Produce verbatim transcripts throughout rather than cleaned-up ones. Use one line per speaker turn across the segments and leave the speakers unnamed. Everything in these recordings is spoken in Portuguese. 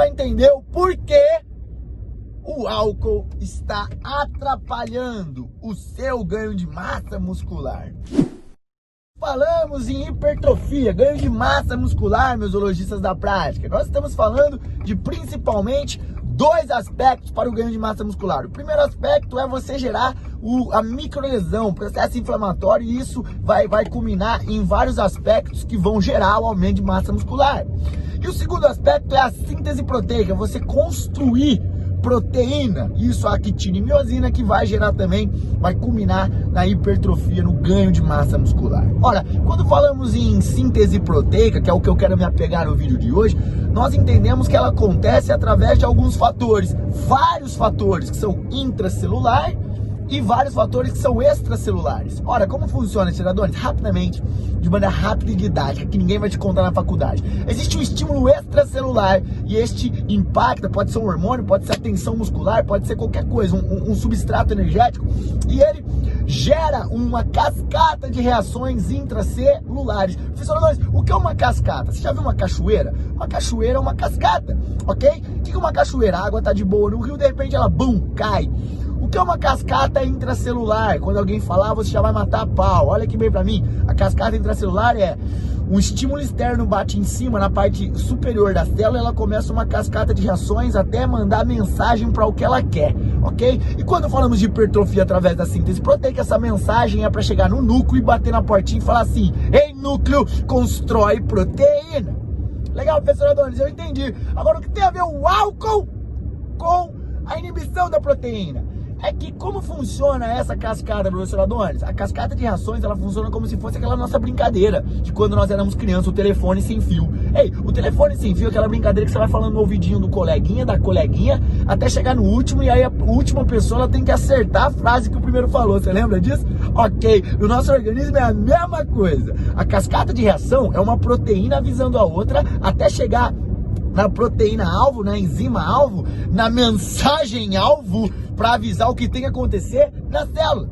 vai entender o porquê o álcool está atrapalhando o seu ganho de massa muscular. Falamos em hipertrofia, ganho de massa muscular, meus zoologistas da prática. Nós estamos falando de principalmente dois aspectos para o ganho de massa muscular. O primeiro aspecto é você gerar o, a microlesão, o processo inflamatório, e isso vai, vai culminar em vários aspectos que vão gerar o aumento de massa muscular. E o segundo aspecto é a síntese proteica, você construir proteína, isso a actina e miosina, que vai gerar também, vai culminar na hipertrofia, no ganho de massa muscular. Ora, quando falamos em síntese proteica, que é o que eu quero me apegar no vídeo de hoje, nós entendemos que ela acontece através de alguns fatores, vários fatores que são intracelular e vários fatores que são extracelulares. Ora, como funciona esse tiradores? Rapidamente, de maneira rápida e didática, que ninguém vai te contar na faculdade. Existe um estímulo extracelular e este impacta, pode ser um hormônio, pode ser a tensão muscular, pode ser qualquer coisa, um, um substrato energético, e ele gera uma cascata de reações intracelulares. Professor Adonis, o que é uma cascata? Você já viu uma cachoeira? Uma cachoeira é uma cascata, ok? O que é uma cachoeira? A água tá de boa no rio, de repente ela, bum, cai. O que é uma cascata intracelular? Quando alguém falar, você já vai matar a pau. Olha aqui bem pra mim. A cascata intracelular é um estímulo externo bate em cima, na parte superior da célula, ela começa uma cascata de reações até mandar mensagem para o que ela quer, ok? E quando falamos de hipertrofia através da síntese proteica, essa mensagem é para chegar no núcleo e bater na portinha e falar assim: ei, núcleo, constrói proteína. Legal, professor Adonis, eu entendi. Agora, o que tem a ver o álcool com a inibição da proteína? É que como funciona essa cascata, professor Adonis? A cascata de reações, ela funciona como se fosse aquela nossa brincadeira de quando nós éramos crianças, o telefone sem fio. Ei, o telefone sem fio é aquela brincadeira que você vai falando no ouvidinho do coleguinha, da coleguinha, até chegar no último, e aí a última pessoa ela tem que acertar a frase que o primeiro falou. Você lembra disso? Ok, o nosso organismo é a mesma coisa. A cascata de reação é uma proteína avisando a outra até chegar na proteína-alvo, na enzima-alvo, na mensagem-alvo, para avisar o que tem que acontecer na célula.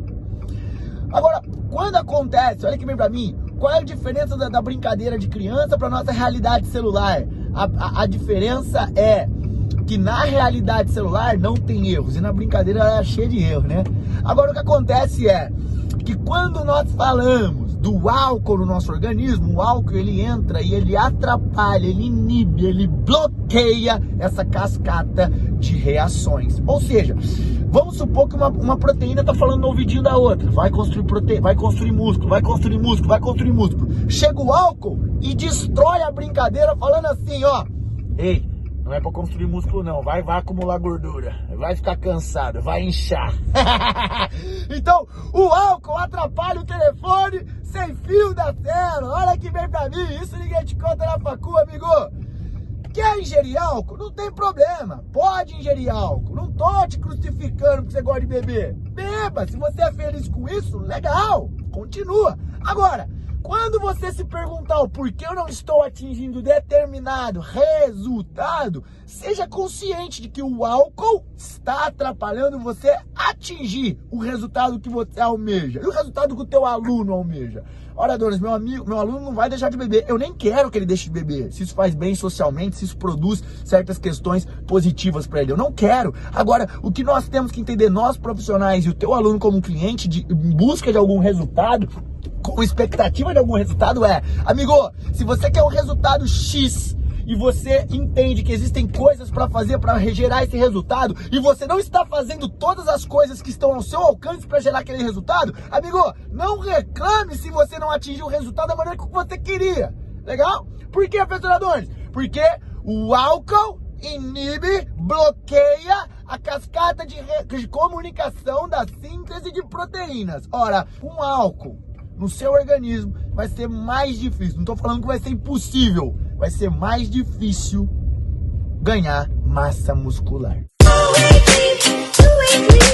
Agora, quando acontece, olha aqui bem para mim, qual é a diferença da, da brincadeira de criança para nossa realidade celular? A, a, a diferença é que na realidade celular não tem erros, e na brincadeira é cheia de erros, né? Agora, o que acontece é que quando nós falamos do álcool no nosso organismo, o álcool ele entra e ele atrapalha, ele inibe, ele bloqueia essa cascata de reações. Ou seja, vamos supor que uma, uma proteína está falando no ouvidinho da outra, vai construir proteína, vai construir músculo, vai construir músculo, vai construir músculo. Chega o álcool e destrói a brincadeira falando assim, ó, ei, não é para construir músculo não, vai, vai acumular gordura, vai ficar cansado, vai inchar. Então, o álcool atrapalha o telefone sem fio da célula. Olha que bem pra mim, isso ninguém te conta na facu, amigo. Quer ingerir álcool? Não tem problema, pode ingerir álcool. Não tô te crucificando porque você gosta de beber. Beba, se você é feliz com isso, legal, continua. Agora, quando você se perguntar o porquê eu não estou atingindo determinado resultado, seja consciente de que o álcool está atrapalhando você atingir o resultado que você almeja. E o resultado que o teu aluno almeja. Ora, Donis, meu amigo, meu aluno não vai deixar de beber. Eu nem quero que ele deixe de beber. Se isso faz bem socialmente, se isso produz certas questões positivas para ele. Eu não quero. Agora, o que nós temos que entender, nós profissionais e o teu aluno como cliente, de, em busca de algum resultado, com expectativa de algum resultado é, amigo, se você quer um resultado X e você entende que existem coisas para fazer para gerar esse resultado e você não está fazendo todas as coisas que estão ao seu alcance para gerar aquele resultado, amigo, não reclame se você não atingiu o resultado da maneira que você queria. Legal? Por que, professor Adonis? Porque o álcool inibe, bloqueia a cascata de, de comunicação da síntese de proteínas. Ora, com álcool no seu organismo vai ser mais difícil, não estou falando que vai ser impossível, vai ser mais difícil ganhar massa muscular.